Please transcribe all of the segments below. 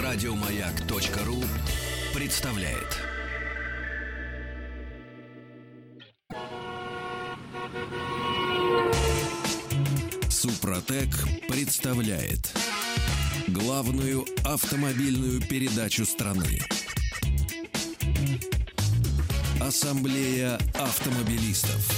Радиомаяк.ру представляет. Супротек представляет главную автомобильную передачу страны. Ассамблея автомобилистов.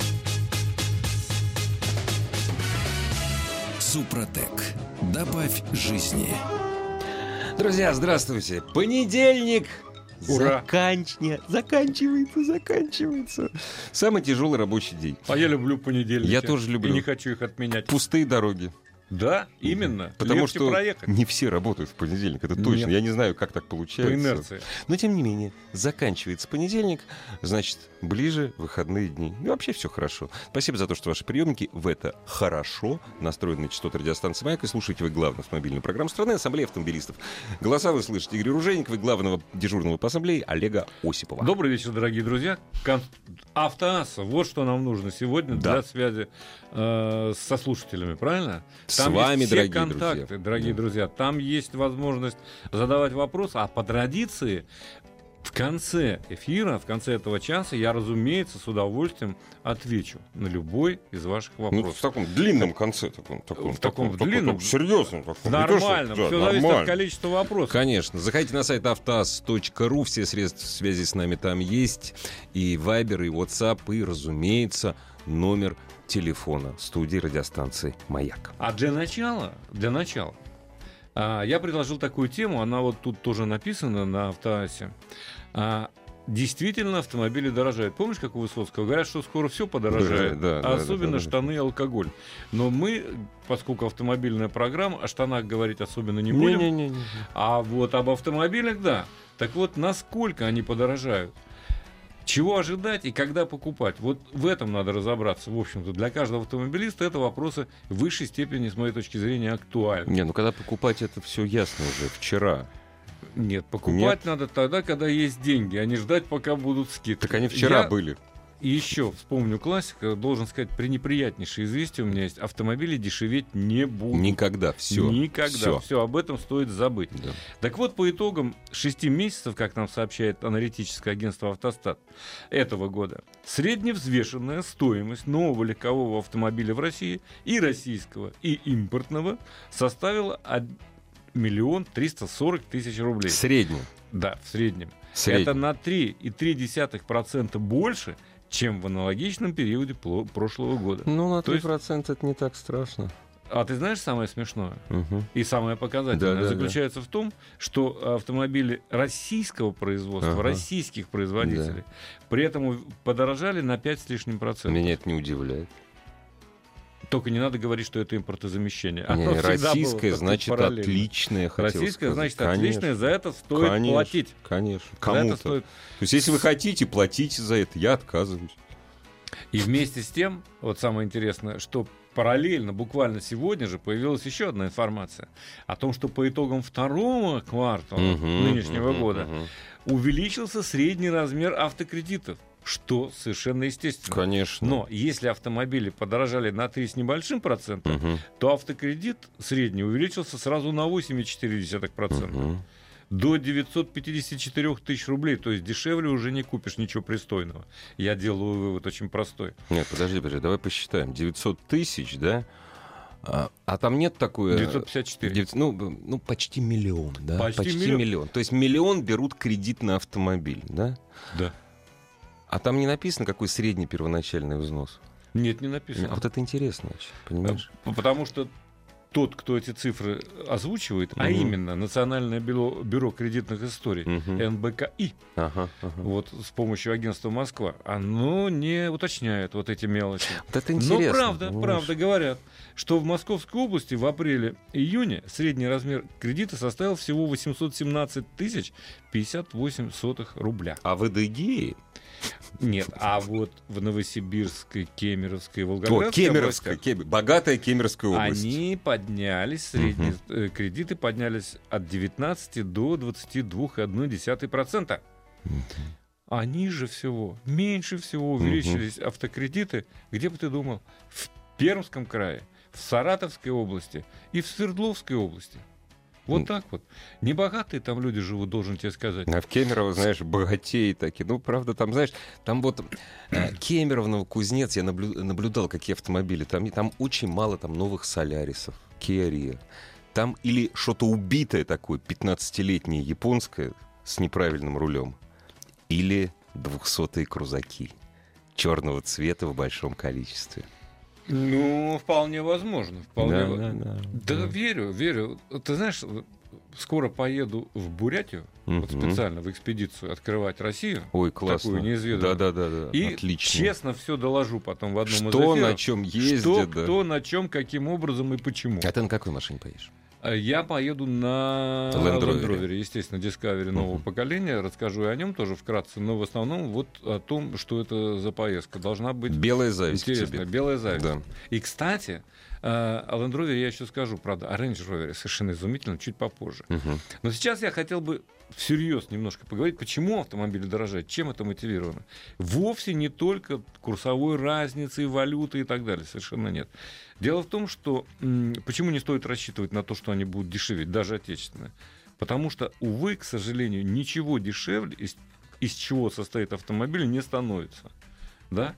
Супротек. Добавь жизни. Друзья, здравствуйте. Понедельник. Ура! Заканчивается. Самый тяжелый рабочий день. А я люблю понедельники. Я тоже люблю. И не хочу их отменять. Пустые дороги. Да, именно. Потому Легче что проехать. не все работают в понедельник, это точно. Нет. Я не знаю, как так получается. По инерции. Но, тем не менее, заканчивается понедельник, значит, ближе выходные дни. И вообще все хорошо. Спасибо за то, что ваши приемники в это хорошо настроены на частоты радиостанции «Маяк». И слушаете вы главную автомобильную программу страны «Ассамблея автомобилистов». Голоса вы слышите Игоря Ружейникова и главного дежурного по ассамблее Олега Осипова. Добрый вечер, дорогие друзья. Автоасса. Вот что нам нужно сегодня для связи со слушателями, правильно? С Там вами, есть все дорогие контакты, друзья. дорогие друзья. Там есть возможность задавать вопросы, а по традиции в конце эфира, в конце этого часа я, разумеется, с удовольствием отвечу на любой из ваших Ну, вопросов. в таком длинном конце. В таком длинном? Серьезном. Нормально, все зависит от количества вопросов. Конечно. Заходите на сайт автоаз.ру. Все средства связи с нами там есть. И Viber, и WhatsApp, и, разумеется, номер телефона студии радиостанции «Маяк». А для начала, я предложил такую тему, она вот тут тоже написана на Автоассе. Действительно, автомобили дорожают. Помнишь, как у Высоцкого? Говорят, что скоро все подорожает, особенно штаны и алкоголь. Но мы, поскольку автомобильная программа, о штанах говорить особенно не будем. А вот об автомобилях, да. Так вот, насколько они подорожают? Чего ожидать и когда покупать? Вот в этом надо разобраться. В общем-то, для каждого автомобилиста это вопросы в высшей степени, с моей точки зрения, актуальны. Не, ну когда покупать, это все ясно уже вчера. Нет, покупать надо тогда, когда есть деньги, а не ждать, пока будут скидки. Так они вчера были. И еще вспомню классика, должен сказать, пренеприятнейшее известие у меня есть: автомобили дешеветь не будут. Никогда, все. Никогда, все, об этом стоит забыть. Да. Так вот, по итогам 6 месяцев, как нам сообщает аналитическое агентство «Автостат» этого года, средневзвешенная стоимость нового легкового автомобиля в России, и российского, и импортного, составила 1 340 000 рублей. В среднем. Да, в среднем. Среднем. Это на 3,3% больше, чем в аналогичном периоде прошлого года. Ну, на 3% То есть... это не так страшно. А ты знаешь самое смешное Угу. и самое показательное Да. заключается в том, что автомобили российского производства, российских производителей, при этом подорожали на 5 с лишним процентов. Меня это не удивляет. Только не надо говорить, что это импортозамещение. Не, российское значит параллельно. Отличное. Российское значит Конечно. отличное, за это стоит платить. Конечно. За Кому-то. это стоит... То есть, если вы хотите, платите за это. Я отказываюсь. И вместе с тем, вот самое интересное, что параллельно, буквально сегодня же, появилась еще одна информация о том, что по итогам второго квартала нынешнего года увеличился средний размер автокредитов, что совершенно естественно. Конечно. Но если автомобили подорожали на 3 с небольшим процентом, то автокредит средний увеличился сразу на 8,4%. До 954 тысяч рублей, то есть дешевле уже не купишь ничего пристойного. Я делаю вывод очень простой. Нет, подожди, давай посчитаем. 900 тысяч, да? А там нет такой... 954. Ну, почти миллион, да? Почти миллион. То есть миллион берут кредит на автомобиль, да? Да. А там не написано, какой средний первоначальный взнос? Нет, не написано. А вот это интересно очень, понимаешь? Потому что тот, кто эти цифры озвучивает, а именно Национальное бюро кредитных историй, НБКИ, вот с помощью агентства «Москва», оно не уточняет вот эти мелочи. Вот это интересно. Но правда говорят, что в Московской области в апреле-июне средний размер кредита составил всего 817 058 рубля. А в Адыгее? Нет, а вот в Новосибирской, Кемеровской, Волгоградской областях, богатая Кемеровская область. они поднялись, средние кредиты поднялись от 19 до 22,1%. А ниже всего, меньше всего увеличились автокредиты, где бы ты думал, в Пермском крае, в Саратовской области и в Свердловской области. Вот так вот. Небогатые там люди живут, должен тебе сказать. А в Кемерово, знаешь, богатеи такие. Ну, правда, там, знаешь, там вот Кемерово, Новокузнец, я наблюдал, какие автомобили. Там очень мало там новых Солярисов, Kia Rio. Там или что-то убитое такое, 15-летнее японское с неправильным рулем, или 200-е крузаки черного цвета в большом количестве. Ну, вполне возможно. Да, верю. Ты знаешь, скоро поеду в Бурятию, вот специально в экспедицию открывать Россию. Ой, классно. Такую неизведанную. Да. И отлично. Честно все доложу потом в одном из эфиров. Что, на чем ездит. Кто, на чем, каким образом и почему. А ты на какой машине поедешь? Я поеду на Land Rover, естественно, Discovery нового поколения. Расскажу и о нем тоже вкратце, но в основном вот о том, что это за поездка. Должна быть белая зависть интересная. Белая зависть. Да. И, кстати, о Land Rover я еще скажу, правда, о Range Rover совершенно изумительно, чуть попозже. Но сейчас я хотел бы всерьез немножко поговорить, почему автомобили дорожают, чем это мотивировано. Вовсе не только курсовой разницей, валюты и так далее, совершенно нет. Дело в том, что почему не стоит рассчитывать на то, что они будут дешеветь, даже отечественные. Потому что, увы, к сожалению, ничего дешевле, из чего состоит автомобиль, не становится. Да?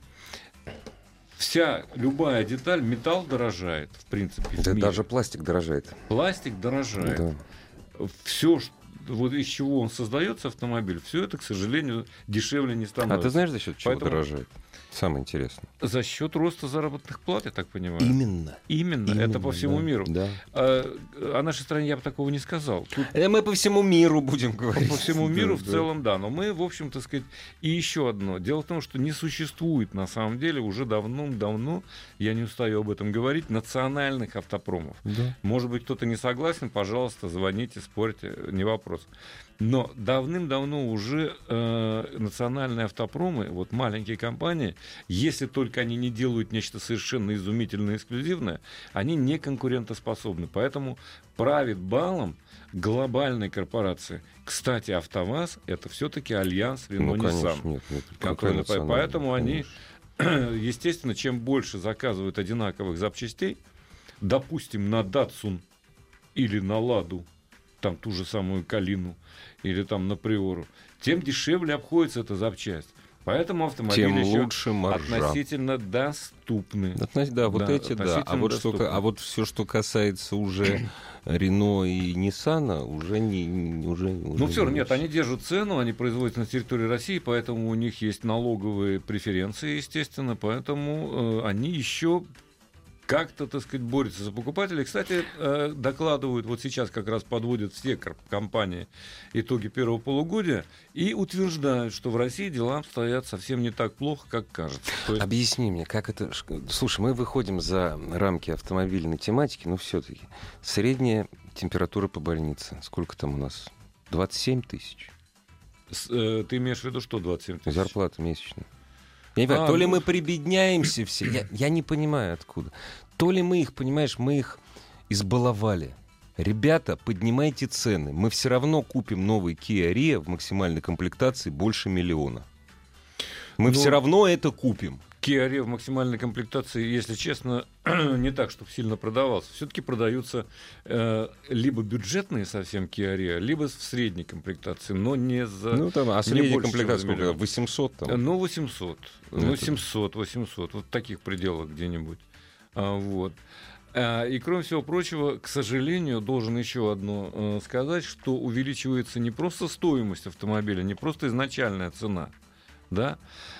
Любая деталь, металл дорожает, в принципе. Да, даже пластик дорожает. Пластик дорожает. Да. Все, вот из чего он создается, автомобиль, все это, к сожалению, дешевле не становится. А ты знаешь, за счет чего дорожает? Самое интересное. За счет роста заработных плат, я так понимаю. Именно. Это по всему миру. Да. О нашей стране я бы такого не сказал. Мы по всему миру будем говорить. По всему миру в целом, да. Но мы, в общем, так сказать, и еще одно. Дело в том, что не существует, на самом деле, уже давным-давно, я не устаю об этом говорить, национальных автопромов. Да. Может быть, кто-то не согласен, пожалуйста, звоните, спорьте, не вопрос. Но давным-давно уже национальные автопромы, вот маленькие компании, если только они не делают нечто совершенно изумительное и эксклюзивное, они не конкурентоспособны. Поэтому правит балом глобальной корпорации. Кстати, АвтоВАЗ — это все-таки альянс Renault-Nissan. Поэтому они, естественно, чем больше заказывают одинаковых запчастей, допустим, на Datsun или на Ладу, там ту же самую Калину, или там на Приору, тем дешевле обходится эта запчасть. Поэтому автомобили еще относительно доступны. А вот все, что касается уже Рено и Ниссана, уже не. Ну все, нет, они держат цену, они производятся на территории России, поэтому у них есть налоговые преференции, естественно, поэтому они еще как-то, так сказать, борются за покупателей. Кстати, докладывают, вот сейчас как раз подводят все компании итоги первого полугодия и утверждают, что в России дела обстоят совсем не так плохо, как кажется. Есть... Объясни мне, как это... Слушай, мы выходим за рамки автомобильной тематики, но все-таки средняя температура по больнице. Сколько там у нас? 27 тысяч. Ты имеешь в виду, что 27 тысяч? Зарплата месячная. Я не понимаю, то ли мы прибедняемся все, я не понимаю откуда. То ли мы их, понимаешь, мы их избаловали. Ребята, поднимайте цены. Мы все равно купим новый Kia Rio в максимальной комплектации больше 1 миллиона. Мы все равно это купим. Kia Rio в максимальной комплектации, если честно, не так, чтобы сильно продавался. Все-таки продаются либо бюджетные совсем Kia Rio, либо в средней комплектации, но не за... Ну, там, а средняя комплектация сколько? 800 там? Ну, 800. Ну, 700, 800. Вот в таких пределах где-нибудь. Вот. И, кроме всего прочего, к сожалению, должен еще одно сказать, что увеличивается не просто стоимость автомобиля, не просто изначальная цена, да,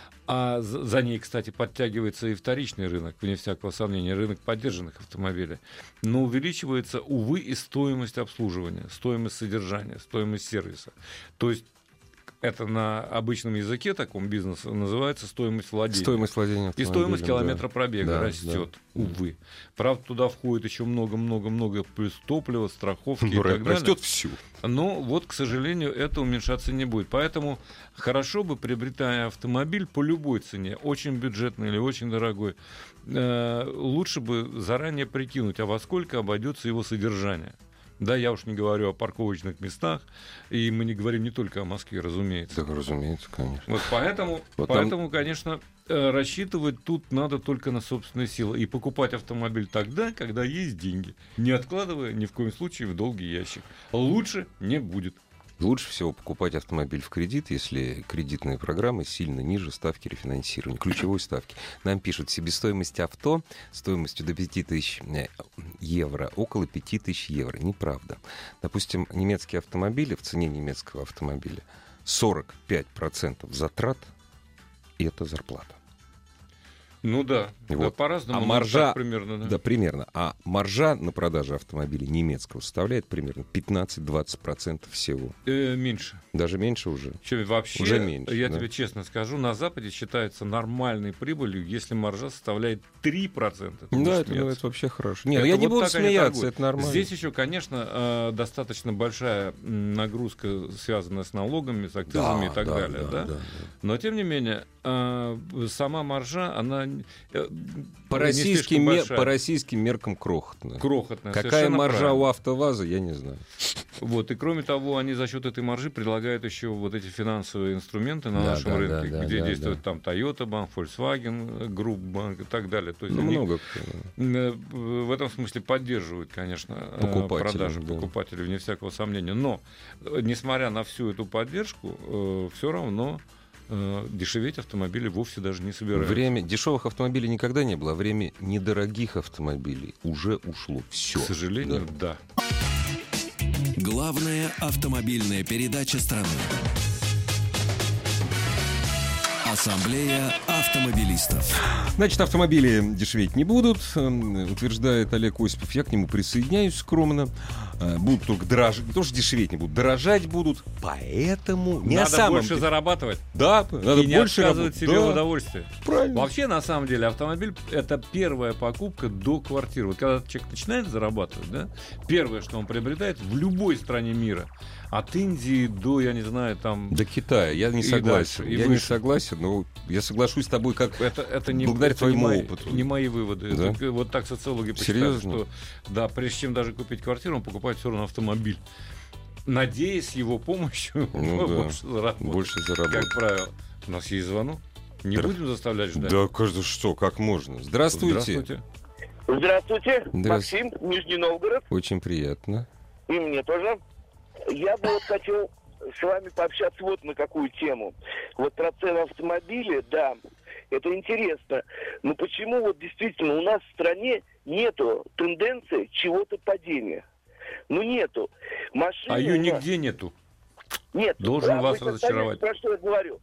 а за ней, кстати, подтягивается и вторичный рынок, вне всякого сомнения, рынок поддержанных автомобилей. Но увеличивается, увы, и стоимость обслуживания, стоимость содержания, стоимость сервиса. То есть это на обычном языке таком бизнеса называется стоимость владения. Стоимость владения и стоимость километра пробега растет, увы. Правда, туда входит еще много-много-много плюс топлива, страховки и так далее. Растет все. Но вот, к сожалению, это уменьшаться не будет. Поэтому хорошо бы, приобретая автомобиль по любой цене, очень бюджетный или очень дорогой, лучше бы заранее прикинуть, а во сколько обойдется его содержание. Да, я уж не говорю о парковочных местах, и мы не говорим не только о Москве, разумеется. Да, разумеется, конечно. Вот поэтому, конечно, рассчитывать тут надо только на собственные силы и покупать автомобиль тогда, когда есть деньги, не откладывая ни в коем случае в долгий ящик. Лучше не будет. Лучше всего покупать автомобиль в кредит, если кредитные программы сильно ниже ставки рефинансирования, ключевой ставки. Нам пишут, себестоимость авто стоимостью до 5000 евро, около 5000 евро. Неправда. Допустим, немецкие автомобили, в цене немецкого автомобиля 45% затрат, и это зарплата. Ну да, вот. Да, по-разному. А маржа, примерно, да. Да, примерно. А маржа на продаже автомобиля немецкого составляет примерно 15-20% всего. Меньше. Даже меньше уже? Вообще, уже меньше, я тебе честно скажу, на Западе считается нормальной прибылью, если маржа составляет 3%. Да, это вообще хорошо. Нет, я не буду смеяться, это нормально. Здесь еще, конечно, достаточно большая нагрузка, связанная с налогами, с акцизами и так далее. Да? Но, тем не менее, сама маржа, она по российским меркам крохотная. Какая маржа правильно. У АвтоВАЗа, я не знаю. Вот, и кроме того, они за счет этой маржи предлагают еще вот эти финансовые инструменты на нашем рынке, где действует там Toyota банк, Volkswagen Group банк и так далее. То есть много в этом смысле поддерживают, конечно, продажи покупателей, вне всякого сомнения. Но, несмотря на всю эту поддержку, все равно дешеветь автомобили вовсе даже не собираются. Время дешевых автомобилей никогда не было, а время недорогих автомобилей уже ушло. Все. К сожалению, да. Главная автомобильная передача страны. Ассамблея автомобилистов. Значит, автомобили дешеветь не будут, утверждает Олег Осипов. Я к нему присоединяюсь скромно. Будут только дорожать, не то что дешеветь не будут, дорожать будут. Поэтому надо больше зарабатывать. Да, надо и не больше отказывать себе в удовольствии. Правильно. Вообще, на самом деле, автомобиль — это первая покупка до квартиры. Вот когда человек начинает зарабатывать, да, первое, что он приобретает в любой стране мира, от Индии до, я не знаю, там... До Китая. Я не согласен. Дальше, не согласен, но я соглашусь с тобой как это не, благодаря это твоему не опыту. Не мои выводы. Да? Это, вот так социологи посчитали, что да, прежде чем даже купить квартиру, он покупает все равно автомобиль, надеясь с его помощью больше заработать. Как правило. У нас есть звонок. Не будем заставлять ждать. Да, каждый что, как можно. Здравствуйте. Здравствуйте. Максим, Нижний Новгород. Очень приятно. И мне тоже. Я бы вот хотел с вами пообщаться вот на какую тему. Вот про цены автомобиля, да, это интересно. Но почему вот действительно у нас в стране нету тенденции чего-то падения? Ну нету. Машины ее нигде нету. Нет. Должен вас разочаровать. Про что я говорю?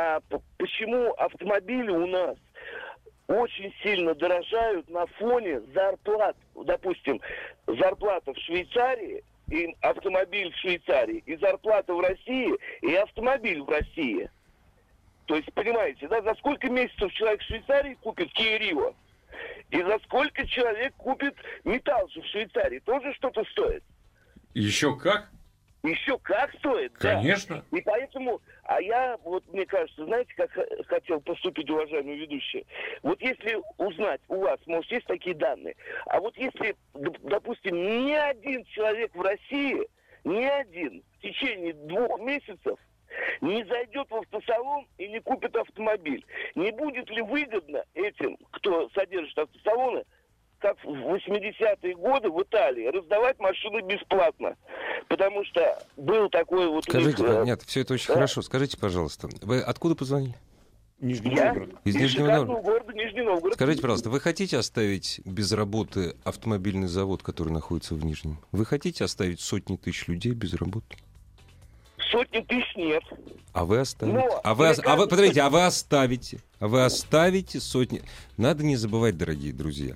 Почему автомобили у нас очень сильно дорожают на фоне зарплат? Допустим, зарплата в Швейцарии и автомобиль в Швейцарии, и зарплата в России, и автомобиль в России. То есть, понимаете, да, за сколько месяцев человек в Швейцарии купит Kia Rio, и за сколько человек купит металл в Швейцарии, тоже что-то стоит. Еще как? Еще как стоит, конечно. Да. И поэтому, я, вот мне кажется, знаете, как хотел поступить уважаемый ведущий? Вот если узнать у вас, может, есть такие данные, а вот если, допустим, ни один человек в России, ни один в течение 2 месяцев не зайдет в автосалон и не купит автомобиль, не будет ли выгодно этим, кто содержит автосалоны, как в 80-е годы в Италии, раздавать машины бесплатно? Потому что был такой вот... Скажите, нет, все это очень хорошо. Скажите, пожалуйста, вы откуда позвонили? Нижний Новгород. Из Нижнего города Нижний Новгород. Скажите, пожалуйста, вы хотите оставить без работы автомобильный завод, который находится в Нижнем? Вы хотите оставить сотни тысяч людей без работы? Сотни тысяч нет. А вы оставите? Подождите, вы оставите сотни... Надо не забывать, дорогие друзья.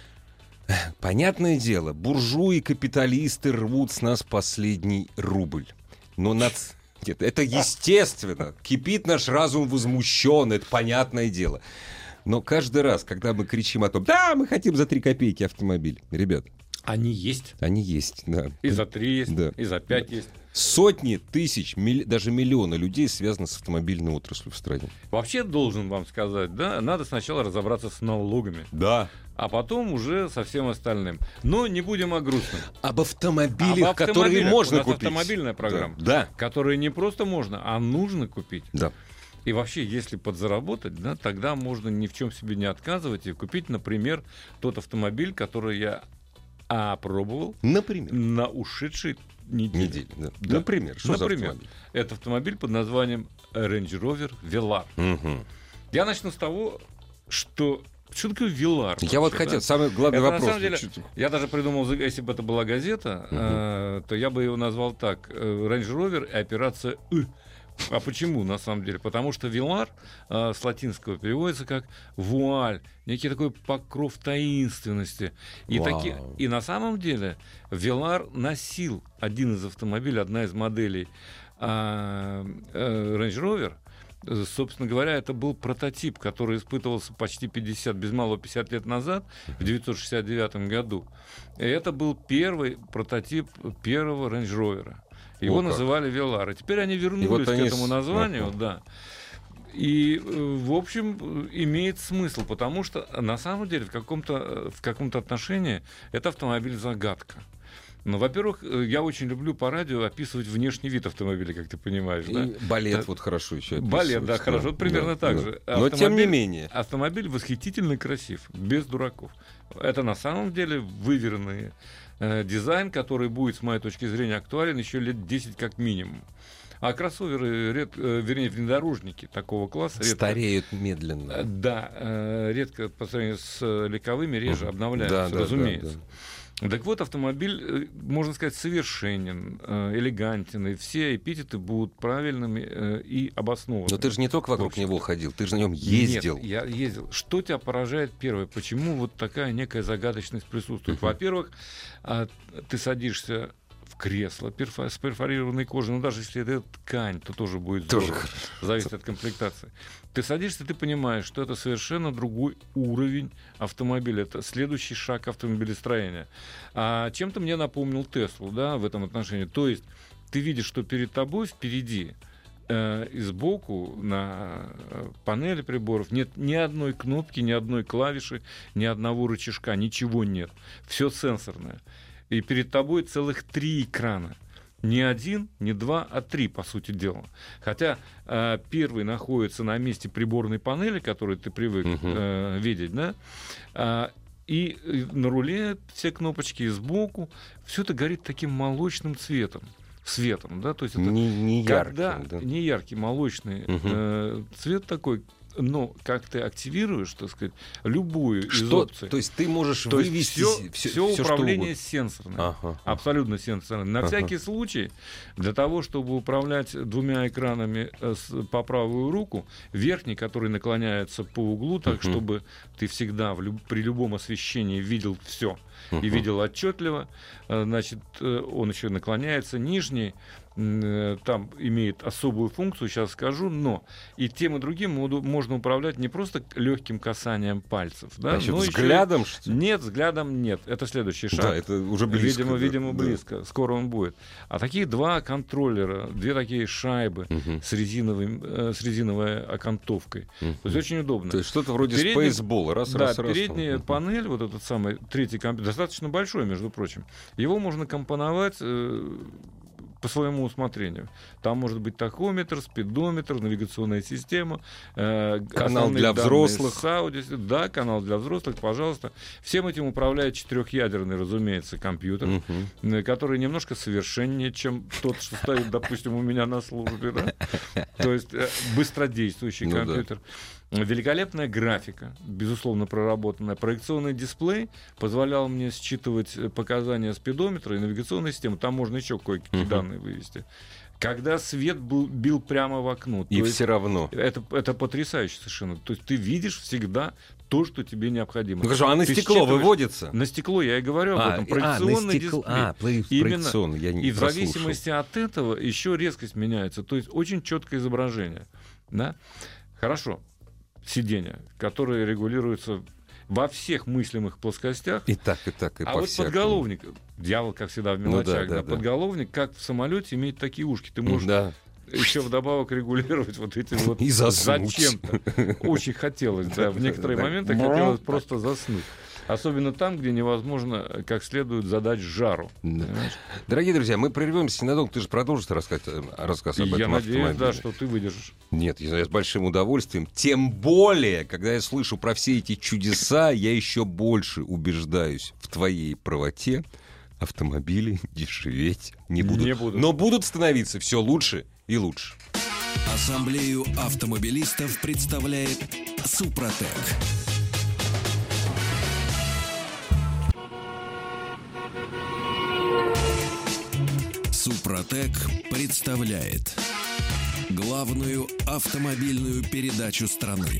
Понятное дело, буржуи, капиталисты рвут с нас последний рубль. Но Нет, это естественно. Кипит наш разум возмущен, это понятное дело. Но каждый раз, когда мы кричим о том, да, мы хотим за 3 копейки автомобиль, ребят. Они есть. Они есть, да. И за 3 есть, да. И за 5 есть. Сотни тысяч, даже миллионы людей связаны с автомобильной отраслью в стране. Вообще, должен вам сказать, да, надо сначала разобраться с налогами. Да. а потом уже со всем остальным. Но не будем о грустном. Об автомобилях, которые можно купить. Автомобильная программа, да. Которые не просто можно, а нужно купить. Да. И вообще, если подзаработать, да, тогда можно ни в чем себе не отказывать и купить, например, тот автомобиль, который я опробовал на ушедшей неделе. Да. Да. Например, что за автомобиль? Это автомобиль под названием Range Rover Velar. Угу. Я начну с того, что такое Velar? Я вот хотел, самый главный вопрос. На самом деле, я даже придумал, если бы это была газета, то я бы его назвал так: Range Rover и операция «И». А почему, на самом деле? Потому что Velar с латинского переводится как вуаль, некий такой покров таинственности. И на самом деле Velar носил один из автомобилей, одна из моделей Range Rover. Собственно говоря, это был прототип, который испытывался почти без малого 50 лет назад, в 1969 году. И это был первый прототип первого Range Rover. Его называли Velar. И теперь они вернулись к этому названию, да. И, в общем, имеет смысл, потому что, на самом деле, в каком-то отношении это автомобиль-загадка. Ну, во-первых, я очень люблю по радио описывать внешний вид автомобиля, как ты понимаешь. Да? Балет вот хорошо еще описывать. Балет, да, хорошо. Вот примерно так же. Но тем не менее. Автомобиль восхитительно красив, без дураков. Это на самом деле выверенный дизайн, который будет, с моей точки зрения, актуален еще лет 10 как минимум. А кроссоверы, внедорожники такого класса... Стареют медленно. Да, редко по сравнению с легковыми реже обновляются, разумеется. Да. Так вот, автомобиль, можно сказать, совершенен, элегантен, и все эпитеты будут правильными и обоснованными. Но ты же не только вокруг него ходил, ты же на нем ездил. Нет, я ездил. Что тебя поражает первое? Почему вот такая некая загадочность присутствует? Во-первых, ты садишься в кресло с перфорированной кожей, но даже если это ткань, то тоже будет здорово. Зависит от комплектации. Ты садишься, ты понимаешь, что это совершенно другой уровень автомобиля. Это следующий шаг автомобилестроения. А чем-то мне напомнил Теслу, да, в этом отношении. То есть ты видишь, что перед тобой впереди и сбоку на панели приборов нет ни одной кнопки, ни одной клавиши, ни одного рычажка, ничего нет. Все сенсорное. И перед тобой целых 3 экрана. Не 1, не 2, а 3, по сути дела. Хотя первый находится на месте приборной панели, которую ты привык видеть, да? И на руле все кнопочки, и сбоку. Все это горит таким молочным светом, да? То есть это не яркий, да? Не яркий, молочный цвет такой. Но как ты активируешь, так сказать, любую из опций. То есть ты можешь вывести все управление сенсорное. Абсолютно сенсорное. На всякий случай, для того, чтобы управлять 2 экранами по правую руку, верхний, который наклоняется по углу, так, чтобы ты всегда при любом освещении видел все и видел отчетливо, значит, он еще наклоняется, нижний, там имеет особую функцию, сейчас скажу, но и тем, и другим можно управлять не просто легким касанием пальцев. Да, но взглядом, еще... что ли? Нет, взглядом нет. Это следующий шаг. Да, это уже близко. Видимо, близко. Скоро он будет. А такие 2 контроллера, 2 такие шайбы с резиновой окантовкой. То есть очень удобно. То есть что-то вроде спейсбола. Передняя панель, вот этот самый третий компьютер, достаточно большой, между прочим. Его можно компоновать по своему усмотрению. Там может быть тахометр, спидометр, навигационная система, канал для взрослых. Да, канал для взрослых, пожалуйста. Всем этим управляет 4-ядерный, разумеется, компьютер, который немножко совершеннее, чем тот, что стоит, допустим, у меня на службе. Да? То есть быстродействующий компьютер. Великолепная графика, безусловно, проработанная. Проекционный дисплей позволял мне считывать показания спидометра и навигационной системы. Там можно еще кое-какие данные вывести. Когда свет бил прямо в окно. И все равно. Это потрясающе совершенно. То есть ты видишь всегда то, что тебе необходимо. Ну хорошо, а на стекло выводится? На стекло, я и говорю об этом. Проекционный дисплей. Именно. И в зависимости от этого еще резкость меняется. То есть очень четкое изображение. Да? Хорошо. Сиденья, которые регулируются во всех мыслимых плоскостях. И по вот подголовник, дьявол, как всегда, в мелочах. Подголовник, как в самолете, имеет такие ушки. Ты можешь еще вдобавок регулировать вот эти вот и заснуть. Зачем-то. Очень хотелось, да. В некоторые моменты хотелось просто заснуть. Особенно там, где невозможно как следует задать жару. Да. Дорогие друзья, мы прервемся ненадолго. Ты же продолжишь рассказ об этом. Я надеюсь, да, что ты выдержишь. Нет, я с большим удовольствием. Тем более, когда я слышу про все эти чудеса, я еще больше убеждаюсь в твоей правоте. Автомобили дешеветь не будут. Но будут становиться все лучше и лучше. Ассамблею автомобилистов представляет Супротек. Супротек представляет главную автомобильную передачу страны.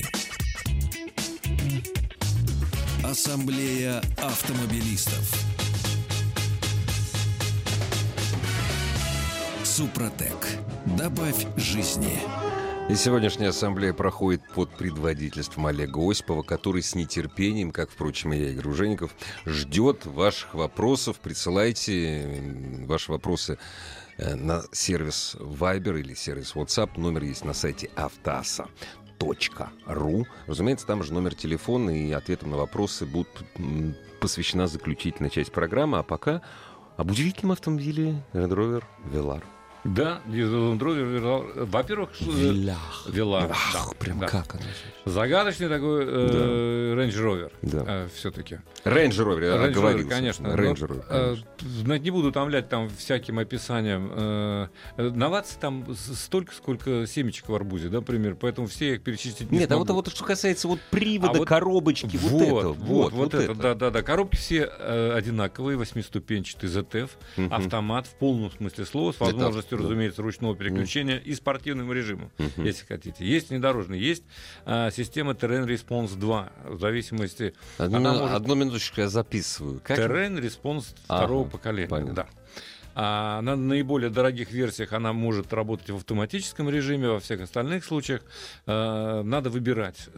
Ассамблея автомобилистов. Супротек. Добавь жизни. И сегодняшняя ассамблея проходит под предводительством Олега Осипова, который с нетерпением, как, впрочем, и я, Игорь Ужеников, ждет ваших вопросов. Присылайте ваши вопросы на сервис Viber или сервис WhatsApp. Номер есть на сайте автоаса.ру. Разумеется, там же номер телефона, и ответом на вопросы будут посвящена заключительная часть программы. А пока об удивительном автомобиле Land Rover Velar. Да, Land Rover, во-первых, Velar. Прям да. Как оно? Загадочный такой Range Rover. Да. Все-таки. Range Rover, оговорился. Конечно. Range Rover, не буду утомлять там всяким описанием. Новаций там столько, сколько семечек в арбузе, да, например. Поэтому все их перечислить не смогу. Нет, а вот что касается вот привода, коробочки, вот это. Да. Коробки все одинаковые, 8-ступенчатый ZF, автомат в полном смысле слова, с возможностью, разумеется, ручного переключения и спортивным режимом, если хотите. Есть внедорожный, есть система Terrain Response 2, в зависимости... Одну минуточку я записываю. Terrain Response второго поколения. Понятно. Да. На наиболее дорогих версиях она может работать в автоматическом режиме, во всех остальных случаях надо выбирать,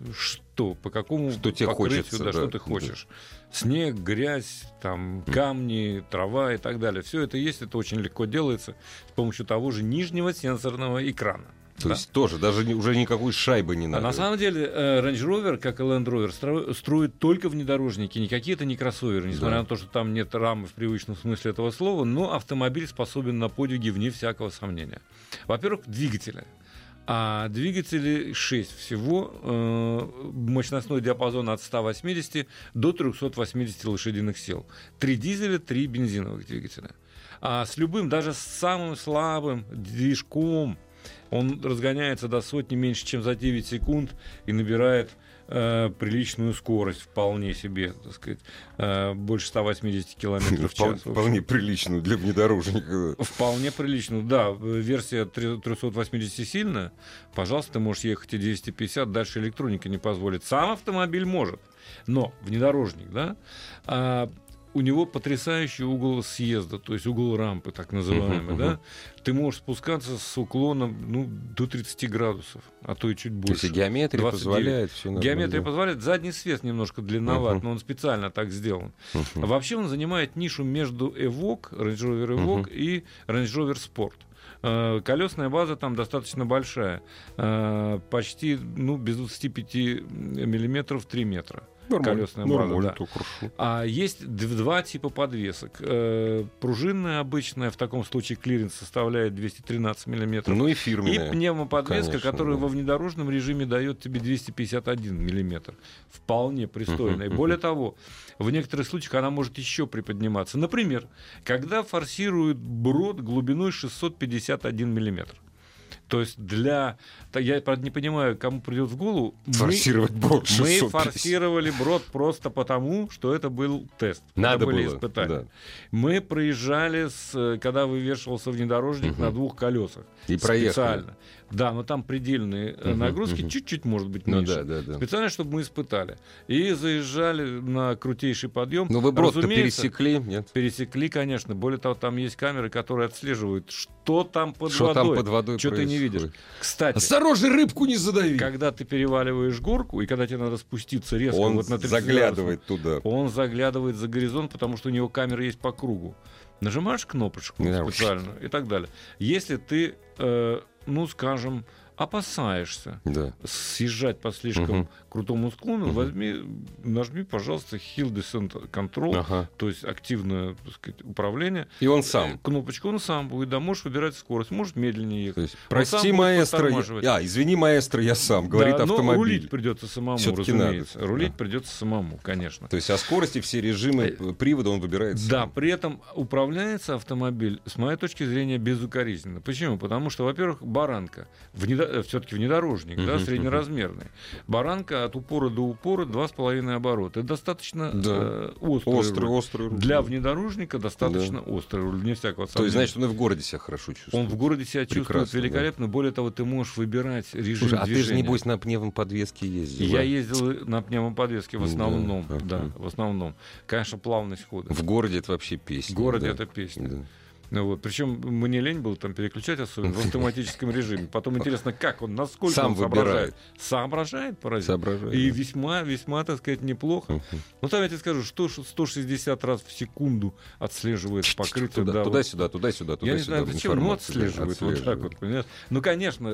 по какому покрытию, хочется, что ты хочешь. Снег, грязь, там, камни, трава и так далее. Все это есть, это очень легко делается с помощью того же нижнего сенсорного экрана. То есть тоже даже уже никакой шайбы не надо. На самом деле Range Rover, как и Land Rover, строят только внедорожники, никакие это не кроссоверы, несмотря на то, что там нет рамы в привычном смысле этого слова, но автомобиль способен на подвиги вне всякого сомнения. Во-первых, двигатели. А двигатели 6 всего, мощностной диапазон от 180 до 380 лошадиных сил. 3 дизеля, 3 бензиновых двигателя. А с любым, даже с самым слабым движком, он разгоняется до сотни меньше, чем за 9 секунд и набирает приличную скорость, вполне себе, так сказать, больше 180 км в час. Вполне приличную для внедорожника. Вполне приличную, да. Версия 380-сильная. Пожалуйста, ты можешь ехать и 250, дальше электроника не позволит. Сам автомобиль может, но внедорожник, да, у него потрясающий угол съезда, то есть угол рампы, так называемый, да. Ты можешь спускаться с уклоном до 30 градусов, а то и чуть больше. То есть геометрия 29. Позволяет. Геометрия позволяет. Задний свес немножко длинноват, но он специально так сделан. Вообще он занимает нишу между Evoque, Range Rover Evoque и Range Rover Sport. Колесная база там достаточно большая, почти без 25 миллиметров 3 метра. Колесная база, да. Есть два типа подвесок. Пружинная обычная, в таком случае клиренс составляет 213 миллиметров. Ну и фирменная. И пневмоподвеска, конечно, которая во внедорожном режиме дает тебе 251 миллиметр. Вполне пристойная. Более того, в некоторых случаях она может еще приподниматься. Например, когда форсируют брод глубиной 651 миллиметр. То есть я, правда, не понимаю, кому придет в голову. Форсировать брод 650. Мы форсировали брод просто потому, что это был тест. Надо это были было, испытания. Да. Мы проезжали, когда вывешивался внедорожник на 2 колесах. И специально. Проехали. Да, но там предельные нагрузки, чуть-чуть, может быть, меньше. Да. Специально, чтобы мы испытали. И заезжали на крутейший подъем. Но вы брод-то пересекли? Нет? Пересекли, конечно. Более того, там есть камеры, которые отслеживают, что там под водой. Что ты не видишь. Кстати, осторожно, рыбку не задави. Когда ты переваливаешь горку, и когда тебе надо спуститься резко он на 30 заглядывает градусов, туда. Он заглядывает за горизонт, потому что у него камера есть по кругу. Нажимаешь кнопочку специально и так далее. Если ты, скажем, опасаешься съезжать по слишком крутому склону, нажми, пожалуйста, Hill Descent Control, то есть активное, так сказать, управление. И он сам. Кнопочку он сам будет, да, можешь выбирать скорость, можешь медленнее ехать. Есть, прости, маэстро, извини, маэстро, я сам, говорит автомобиль. Но рулить придется самому, всё-таки разумеется. Рулить придется самому, конечно. То есть о скорости все режимы привода он выбирает сам. Да, при этом управляется автомобиль, с моей точки зрения, безукоризненно. Почему? Потому что, во-первых, баранка, все-таки внедорожник, да, среднеразмерный. Баранка от упора до упора 2,5 оборота. Это достаточно острый руль. Для внедорожника достаточно острый руль, вне всякого сомнения. То есть, значит, он и в городе себя хорошо чувствует. Он в городе себя чувствует великолепно. Да. Более того, ты можешь выбирать режим движения. А ты же, небось, на пневмоподвеске ездил? Я ездил на пневмоподвеске в основном. Да, в основном. Конечно, плавность хода. В городе это вообще песня. В городе это песня. Да. Ну, вот. Причем мне лень было там переключать, особенно в автоматическом режиме. Потом интересно, как он, насколько сам он соображает. Соображает, поразительно. И весьма, так сказать, неплохо. Ну, там я тебе скажу, что 160 раз в секунду отслеживает покрытие. Туда-сюда. Я не знаю, зачем, но отслеживает. Вот так вот, понимаешь? Ну, конечно,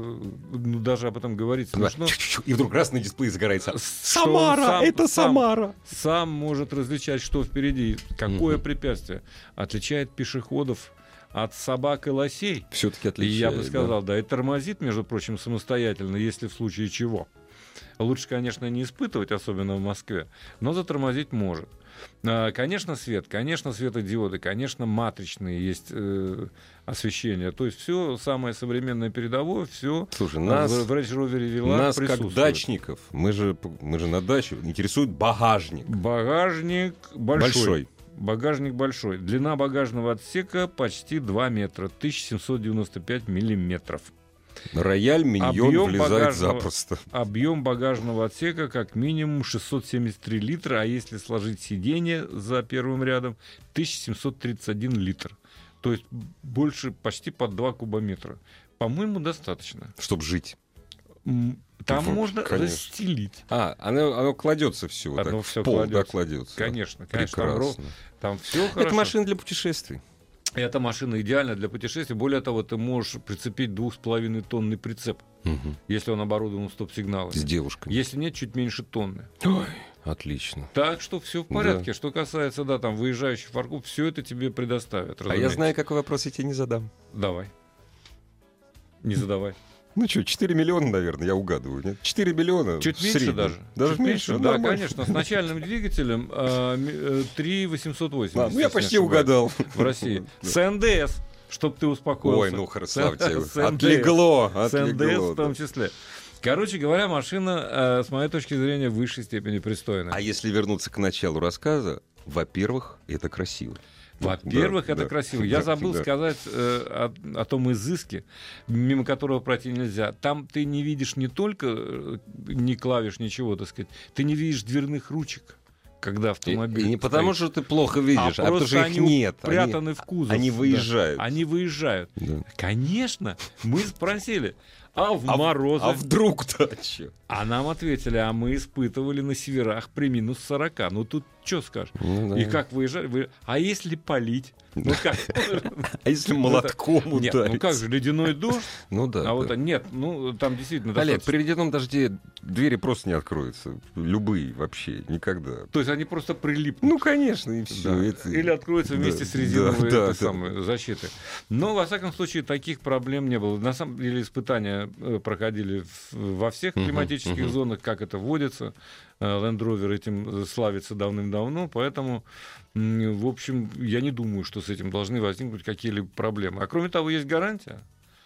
даже об этом говорить смешно. И вдруг раз на дисплее загорается. Самара! Это Самара! Сам может различать, что впереди, какое препятствие. Отличает пешеходов от собак и лосей. Все-таки отличает. И я бы сказал, да, и тормозит, между прочим, самостоятельно, если в случае чего. Лучше, конечно, не испытывать, особенно в Москве, но затормозить может. Конечно, светодиоды, конечно, матричные есть освещение. То есть все самое современное передовое, все в Range Rover Velar присутствует. Как дачников, мы же на даче, интересует багажник. Багажник большой. Багажник большой. Длина багажного отсека почти 2 метра, 1795 миллиметров. Рояль Миньон влезает запросто. Объем багажного отсека как минимум 673 литра, а если сложить сиденье за первым рядом, 1731 литр. То есть больше почти под 2 кубометра. По-моему, достаточно. Чтобы жить. Там можно расстелить. Оно кладется все вот так, в пол, да, кладется. Конечно. Там все хорошо. Это машина для путешествий. Эта машина идеальна для путешествий. Более того, ты можешь прицепить 2,5 тонный прицеп, если он оборудован стоп-сигналом. С девушкой. Если нет, чуть меньше тонны. Ой, отлично. Так что все в порядке. Да. Что касается, там выезжающих фаркоп, все это тебе предоставят. А я знаю, какой вопрос я тебе не задам. Давай. Не задавай. Ну что, 4 миллиона, наверное, я угадываю. Нет? 4 миллиона. Чуть меньше даже. Даже меньше? Да, конечно. С начальным двигателем 3,880. Ну, я почти угадал. В России. С НДС, чтобы ты успокоился. Ой, ну хорошо, отлегло. С НДС в том числе. Короче говоря, машина, с моей точки зрения, в высшей степени пристойная. А если вернуться к началу рассказа, во-первых, это красиво. Во-первых, это красиво. Я забыл сказать о том изыске, мимо которого пройти нельзя. Там ты не видишь не только ни клавиш, ничего, так сказать. Ты не видишь дверных ручек, когда автомобиль и не потому, что ты плохо видишь, а потому что их нет. Прятаны в кузов. Они выезжают. Да. Они выезжают. Да. Конечно, мы спросили, а в морозы? А вдруг-то что? А нам ответили, а мы испытывали на северах при минус 40. Ну тут что скажешь? И как выезжали? А если полить? Ну как? А если молотком ударить? Нет, ну как же, ледяной дождь? Ну да. А вот нет, там действительно Олег, при ледяном дожде двери просто не откроются. Любые вообще, никогда. То есть они просто прилипнут? Ну, конечно, и все. Или откроются вместе с резиновой защитой. Но, во всяком случае, таких проблем не было. На самом деле испытания проходили во всех климатических зонах, как это водится. Land Rover этим славится давным-давно, поэтому, в общем, я не думаю, что с этим должны возникнуть какие-либо проблемы. А кроме того, есть гарантия,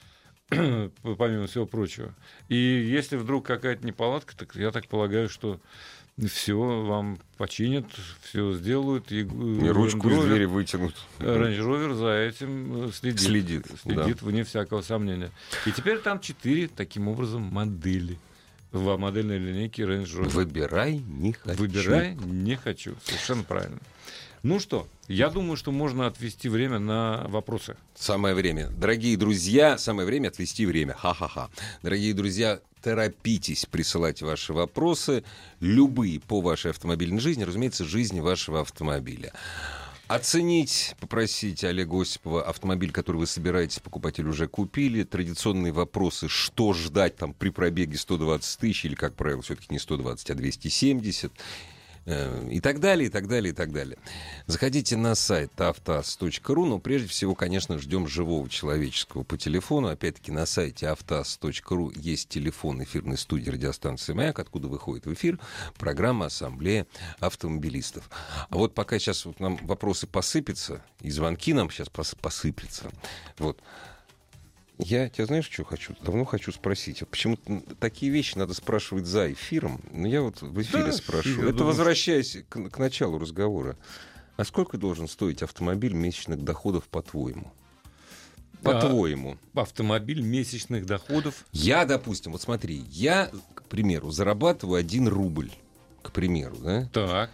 помимо всего прочего. И если вдруг какая-то неполадка, так я так полагаю, что все вам починят, все сделают. И ручку из двери вытянут. Range Rover за этим следит, вне всякого сомнения. И теперь там 4, таким образом, модели. В модельной линейке Range Rover. Выбирай не хочу. Выбирай не хочу. Совершенно правильно. Ну что, я думаю, что можно отвести время на вопросы. Самое время. Дорогие друзья, самое время отвести время. Ха-ха-ха. Дорогие друзья, торопитесь присылать ваши вопросы, любые по вашей автомобильной жизни, разумеется, жизни вашего автомобиля. Оценить, попросить Олега Осипова автомобиль, который вы собираетесь покупать или уже купили. Традиционные вопросы, что ждать там при пробеге 120 тысяч, или, как правило, все-таки не 120, а 270. И так далее, и так далее, и так далее. Заходите на сайт автоаз.ру, но прежде всего, конечно, ждем живого человеческого по телефону. Опять-таки на сайте автоаз.ру есть телефон эфирной студии радиостанции «Маяк», откуда выходит в эфир программа «Ассамблея автомобилистов». А вот пока сейчас вот нам вопросы посыпятся, и звонки нам сейчас посыплются, вот. Я тебя знаешь, что хочу? Давно хочу спросить. Вот почему-то такие вещи надо спрашивать за эфиром. Но я вот в эфире спрашиваю. Это возвращаясь к началу разговора. А сколько должен стоить автомобиль месячных доходов, по-твоему? По-твоему. Автомобиль месячных доходов? Я, допустим, вот смотри, я, к примеру, зарабатываю 1 рубль. К примеру, да? Так.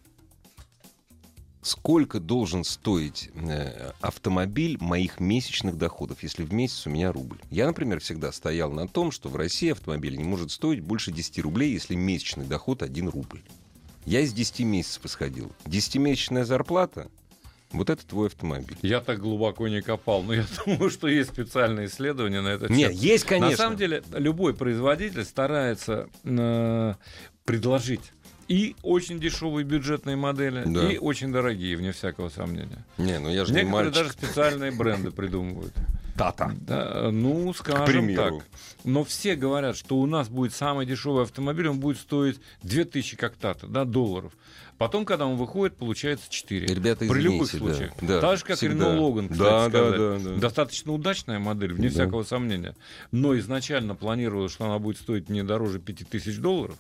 Сколько должен стоить автомобиль моих месячных доходов, если в месяц у меня рубль? Я, например, всегда стоял на том, что в России автомобиль не может стоить больше 10 рублей, если месячный доход 1 рубль. Я из 10 месяцев исходил. 10-месячная зарплата — вот это твой автомобиль. Я так глубоко не копал, но я думаю, что есть специальные исследования на этот счет. Нет, есть, конечно. На самом деле, любой производитель старается предложить и очень дешевые бюджетные модели, да, и очень дорогие, вне всякого сомнения. Не, ну я же не мальчик. Некоторые даже специальные бренды придумывают. Тата. Да, ну, скажем так. Но все говорят, что у нас будет самый дешевый автомобиль, он будет стоить 2000 как Тата, да, долларов. Потом, когда он выходит, получается 4. Ребята, при извините, любых случаях. Да, так же, как всегда. Renault Logan, кстати сказать. Да. Достаточно удачная модель, вне всякого сомнения. Но изначально планировалось, что она будет стоить не дороже $5000.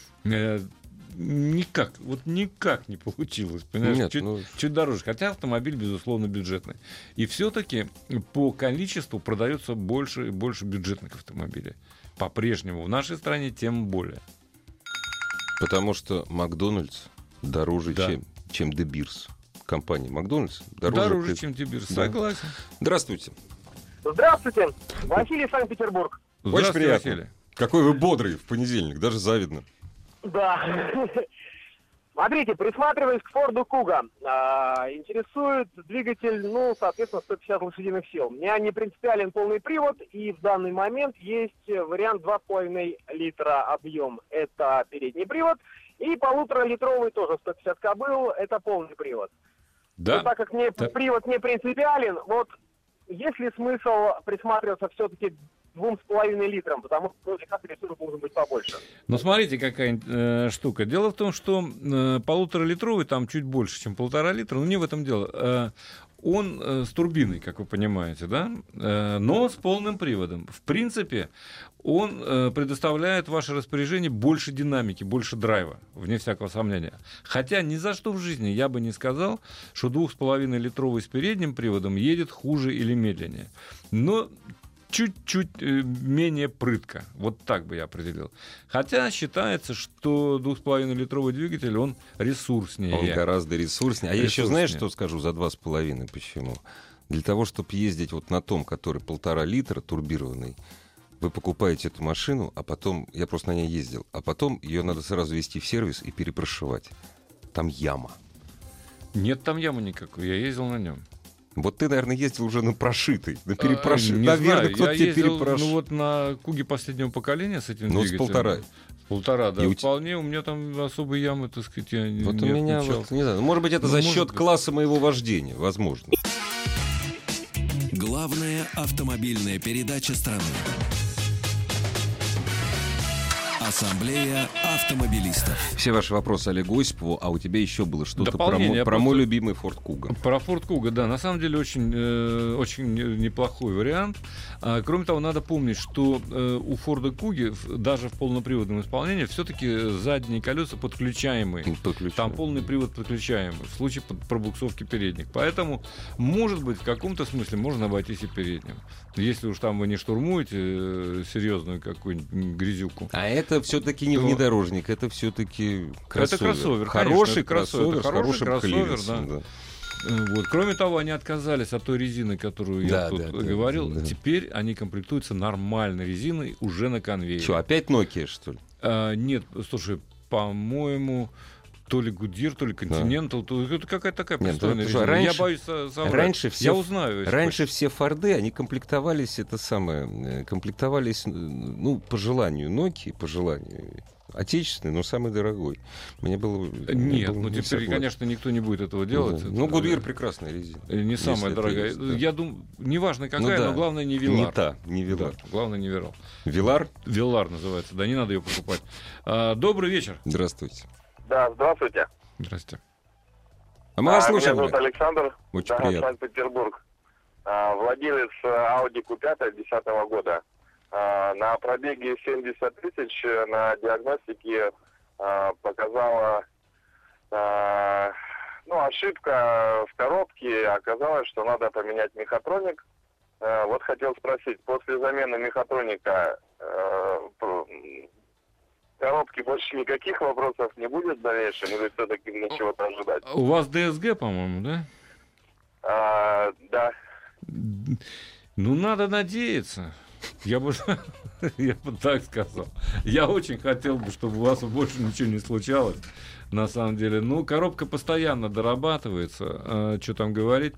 Никак не получилось, понимаешь? Нет, чуть дороже, хотя автомобиль, безусловно, бюджетный. И все-таки по количеству продается больше и больше бюджетных автомобилей. По-прежнему. В нашей стране тем более. Потому что Макдональдс дороже, да, чем De Beers. Компания Макдональдс дороже, чем De Beers. Да. Согласен. Здравствуйте. Здравствуйте. Василий, Санкт-Петербург. Очень приятно. Василий. Какой вы бодрый в понедельник, даже завидно. Да. Смотрите, присматриваясь к Форду Куга, интересует двигатель, соответственно, 150 лошадиных сил. У меня не принципиален полный привод, и в данный момент есть вариант 2,5 литра объем. Это передний привод. И 1,5-литровый тоже 150 кобыл, это полный привод. Да. Но так как мне привод не принципиален, вот есть ли смысл присматриваться все-таки 2,5 литрам, потому что как ресурс должен быть побольше. Ну, смотрите, какая штука. Дело в том, что 1,5-литровый там чуть больше, чем 1,5 литра, но не в этом дело. Он с турбиной, как вы понимаете, да, но с полным приводом. В принципе, он предоставляет в ваше распоряжение больше динамики, больше драйва, вне всякого сомнения. Хотя ни за что в жизни я бы не сказал, что 2,5-литровый с передним приводом едет хуже или медленнее. Но чуть-чуть менее прытко. Вот так бы я определил. Хотя считается, что 2,5-литровый двигатель, он ресурснее. Он гораздо ресурснее. А я еще, знаешь, что скажу за 2,5? Почему? Для того, чтобы ездить вот на том, который 1,5 литра турбированный, вы покупаете эту машину, а потом, я просто на ней ездил, а потом ее надо сразу везти в сервис и перепрошивать. Там яма. Нет там ямы никакой, я ездил на нем. Вот ты, наверное, ездил уже на прошитый, на перепрошитый. Наверное, кто-то тебе перепрошил. Ну вот на Куге последнего поколения с этим двигателем. С 1,5. С 1,5, да. Вполне, у меня там особой ямы, так сказать, я не Вот у меня, вот, не знаю, может быть, это за счет класса моего вождения, возможно. Главная автомобильная передача страны. Ассамблея автомобилистов. Все ваши вопросы Олегу Осипову, а у тебя еще было что-то про мой любимый Форд Куга. Про Форд Куга, да. На самом деле очень неплохой вариант. Кроме того, надо помнить, что у Форда Куги даже в полноприводном исполнении все-таки задние колеса подключаемые. Там полный привод подключаемый в случае пробуксовки передних. Поэтому, может быть, в каком-то смысле можно обойтись и передним. Если уж там вы не штурмуете серьезную какую-нибудь грязюку. А это все-таки не внедорожник, это все-таки кроссовер. Это кроссовер, хороший кроссовер с хорошим клиренсом. Да. Вот. Кроме того, они отказались от той резины, которую я тут говорил. Да. Теперь они комплектуются нормальной резиной уже на конвейере. Что, опять Nokia, что ли? Нет, слушай, по-моему... То ли Goodyear, то ли Continental, то это какая-то такая пристойная резина. Раньше, я боюсь соврать. Раньше все, я узнаю. Раньше все Форды, они комплектовались, по желанию Nokia, по желанию отечественный, но самый дорогой. Мне было... Нет, теперь, согласен. Конечно, никто не будет этого делать. Goodyear прекрасная резина. Не самая дорогая. Есть, да. Я думаю, неважно какая, но главное не Velar. Не Velar. Да, главное не Velar. Velar? Velar называется, да, не надо ее покупать. Добрый вечер. Здравствуйте. Да, здравствуйте. Здрасте. А мы вас слушаем. Меня зовут Александр. Очень приятно. Санкт-Петербург. Владелец Audi Q5 2010 года. На пробеге 70 тысяч на диагностике показала ошибка в коробке. Оказалось, что надо поменять мехатроник. Вот хотел спросить, после замены мехатроника коробки больше никаких вопросов не будет в дальнейшем? Или все-таки мне чего-то ожидать? У вас DSG, по-моему, да? Да. Надо надеяться. Я бы так сказал. Я очень хотел бы, чтобы у вас больше ничего не случалось. На самом деле. Коробка постоянно дорабатывается. Что там говорить.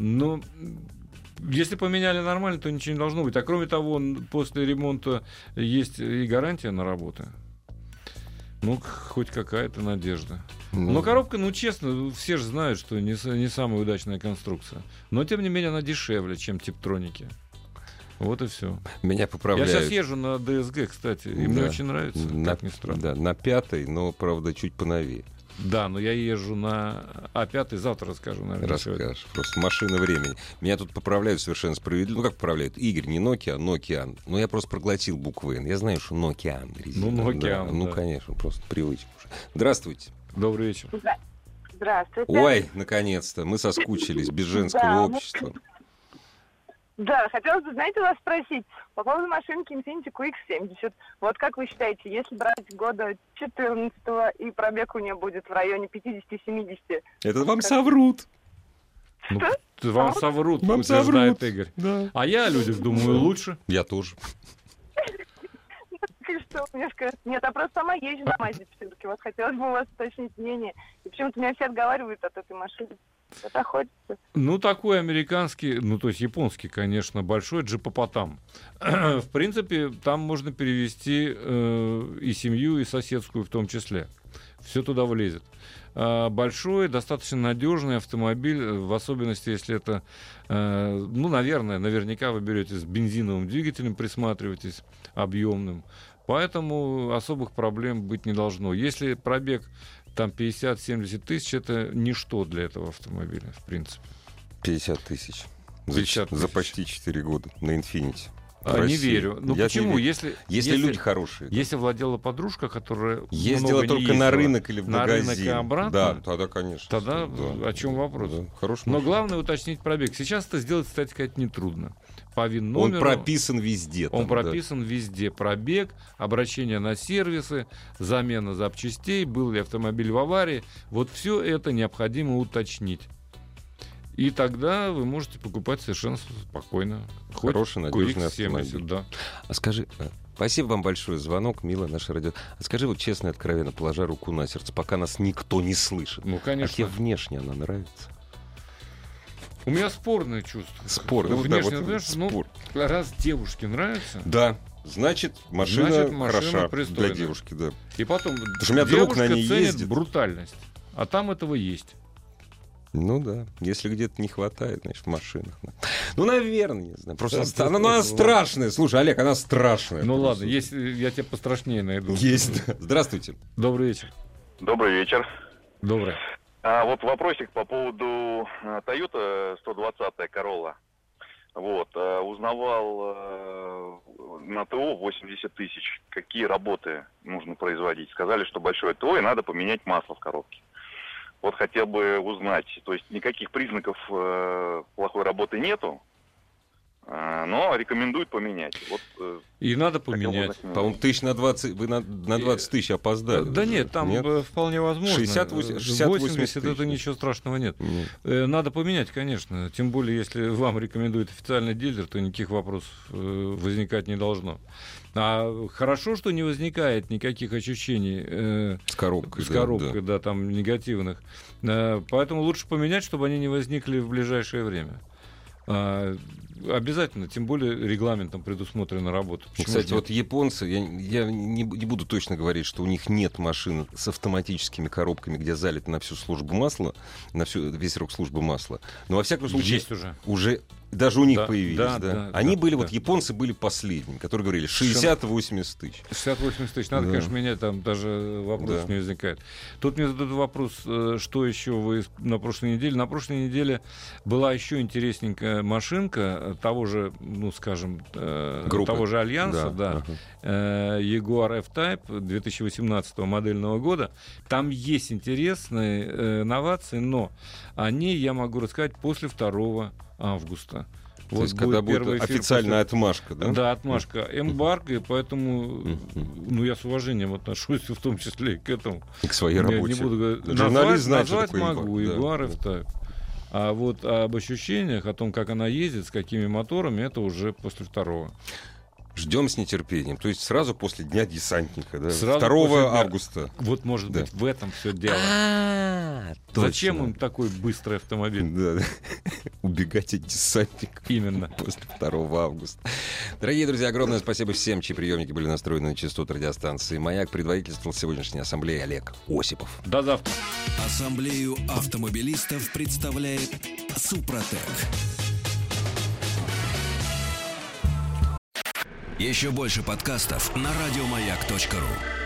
Если поменяли нормально, то ничего не должно быть. А кроме того, после ремонта есть и гарантия на работу. Хоть какая-то надежда. Но коробка, честно, все же знают, что не самая удачная конструкция. Но, тем не менее, она дешевле, чем типтроники. Вот и все. Меня поправляют. Я сейчас езжу на DSG, кстати, и мне очень нравится, как ни странно. Да, на 5-й, но, правда, чуть поновее. Да, но я езжу на А5, завтра расскажу, наверное. Расскажешь. Просто машина времени. Меня тут поправляют совершенно справедливо. Как поправляют? Игорь, не Nokia, а Nokian. Я просто проглотил буквы N. Я знаю, что Nokian. Nokian, да. Конечно, просто привычка уже. Здравствуйте. Добрый вечер. Здравствуйте. Ой, наконец-то. Мы соскучились без женского общества. Да, хотелось бы, знаете, вас спросить по поводу машинки Infiniti QX70. Вот как вы считаете, если брать года 14-го и пробег у нее будет в районе 50-70? Это вам соврут. Вам соврут, утверждает Игорь. Да. А я о людях думаю лучше. Я тоже. Что мне скажут? Нет, я просто сама езжу на Мазде все-таки. Вот хотелось бы у вас уточнить мнение. И почему-то меня все отговаривают от этой машины. Это охотится. Такой американский, то есть японский, конечно, большой джипопотам. В принципе, там можно перевести и семью, и соседскую в том числе. Все туда влезет. Большой, достаточно надежный автомобиль, в особенности, если это, наверняка вы берете с бензиновым двигателем, присматриваетесь, объемным. Поэтому особых проблем быть не должно. Если пробег там 50-70 тысяч, это ничто для этого автомобиля, в принципе. 50 тысяч. 50 за почти 4 года на Infiniti. Не верю. Почему? Если люди хорошие. Если владела подружка, которая ездила только на рынок или в магазин. На рынок и обратно. Да, тогда, конечно. Тогда о чем вопрос? Да, но главное уточнить пробег. Сейчас это сделать, кстати сказать, нетрудно. По ВИН-номеру. Он прописан везде. Он прописан везде. Пробег, обращение на сервисы, замена запчастей, был ли автомобиль в аварии. Вот все это необходимо уточнить. И тогда вы можете покупать совершенно спокойно. Хороший, надежный автомобиль. Да. А скажи, спасибо вам большое, звонок, мило, наше радио. А скажи вот честно и откровенно, положа руку на сердце, пока нас никто не слышит. Конечно. А тебе внешне она нравится? У меня спорное чувство. Спорное. Внешне, спор. Раз девушке нравится... Да. Значит, машина хороша для девушки, да. И потом, потому что у меня друг на ней ездит. Брутальность. А там этого есть. Да. Если где-то не хватает, значит, в машинах. Наверное, не знаю. Просто она страшная. Слушай, Олег, она страшная. Ладно, если я тебя пострашнее найду. Есть. Здравствуйте. Добрый вечер. Добрый вечер. Добрый. Вот вопросик по поводу Toyota 120 Corolla. Узнавал на ТО 80 тысяч, какие работы нужно производить. Сказали, что большое ТО и надо поменять масло в коробке. Вот хотел бы узнать, то есть никаких признаков плохой работы нету, но рекомендуют поменять. Вот, и надо поменять. По-моему, тысяч на 20, вы на 20 тысяч опоздали. Да нет, там вполне возможно. 60-80 это ничего страшного нет. Надо поменять, конечно. Тем более, если вам рекомендует официальный дилер, то никаких вопросов возникать не должно. А хорошо, что не возникает никаких ощущений с коробкой, да, там негативных. Поэтому лучше поменять, чтобы они не возникли в ближайшее время. Обязательно, тем более регламентом предусмотрена работа. Кстати, вот японцы, я не буду точно говорить, что у них нет машин с автоматическими коробками, где залито на всю службу масла, на весь срок службы масла. Но во всяком случае... Есть уже. Даже у них появились, да. Они были, вот японцы были последними, которые говорили 60-80 тысяч. 60-80 тысяч. Надо, конечно, менять, там даже вопрос не возникает. Тут мне задают вопрос, что еще вы на прошлой неделе. На прошлой неделе была еще интересненькая машинка того же, ну, скажем, того же Альянса, Jaguar F-Type 2018 модельного года. Там есть интересные новации, но о ней я могу рассказать после 2 августа. То есть, когда будет официальная отмашка, да? Да, отмашка. Эмбарго, и поэтому я с уважением отношусь, в том числе и к этому. И к своей работе. Не буду говорить. Журналист знает, назвать могу, Jaguar F-Type. А вот об ощущениях, о том, как она ездит, с какими моторами, это уже после 2. Ждем с нетерпением. То есть сразу после Дня десантника, да? 2 августа. Вот, может быть, в этом все дело. Зачем им такой быстрый автомобиль? Да. Убегать от десантника. Именно. После 2 августа. Дорогие друзья, огромное спасибо всем, чьи приемники были настроены на частоту радиостанции «Маяк». Предводительствовал сегодняшней ассамблеи Олег Осипов. До завтра. Ассамблею автомобилистов представляет «Супротек». Еще больше подкастов на радиомаяк.ру.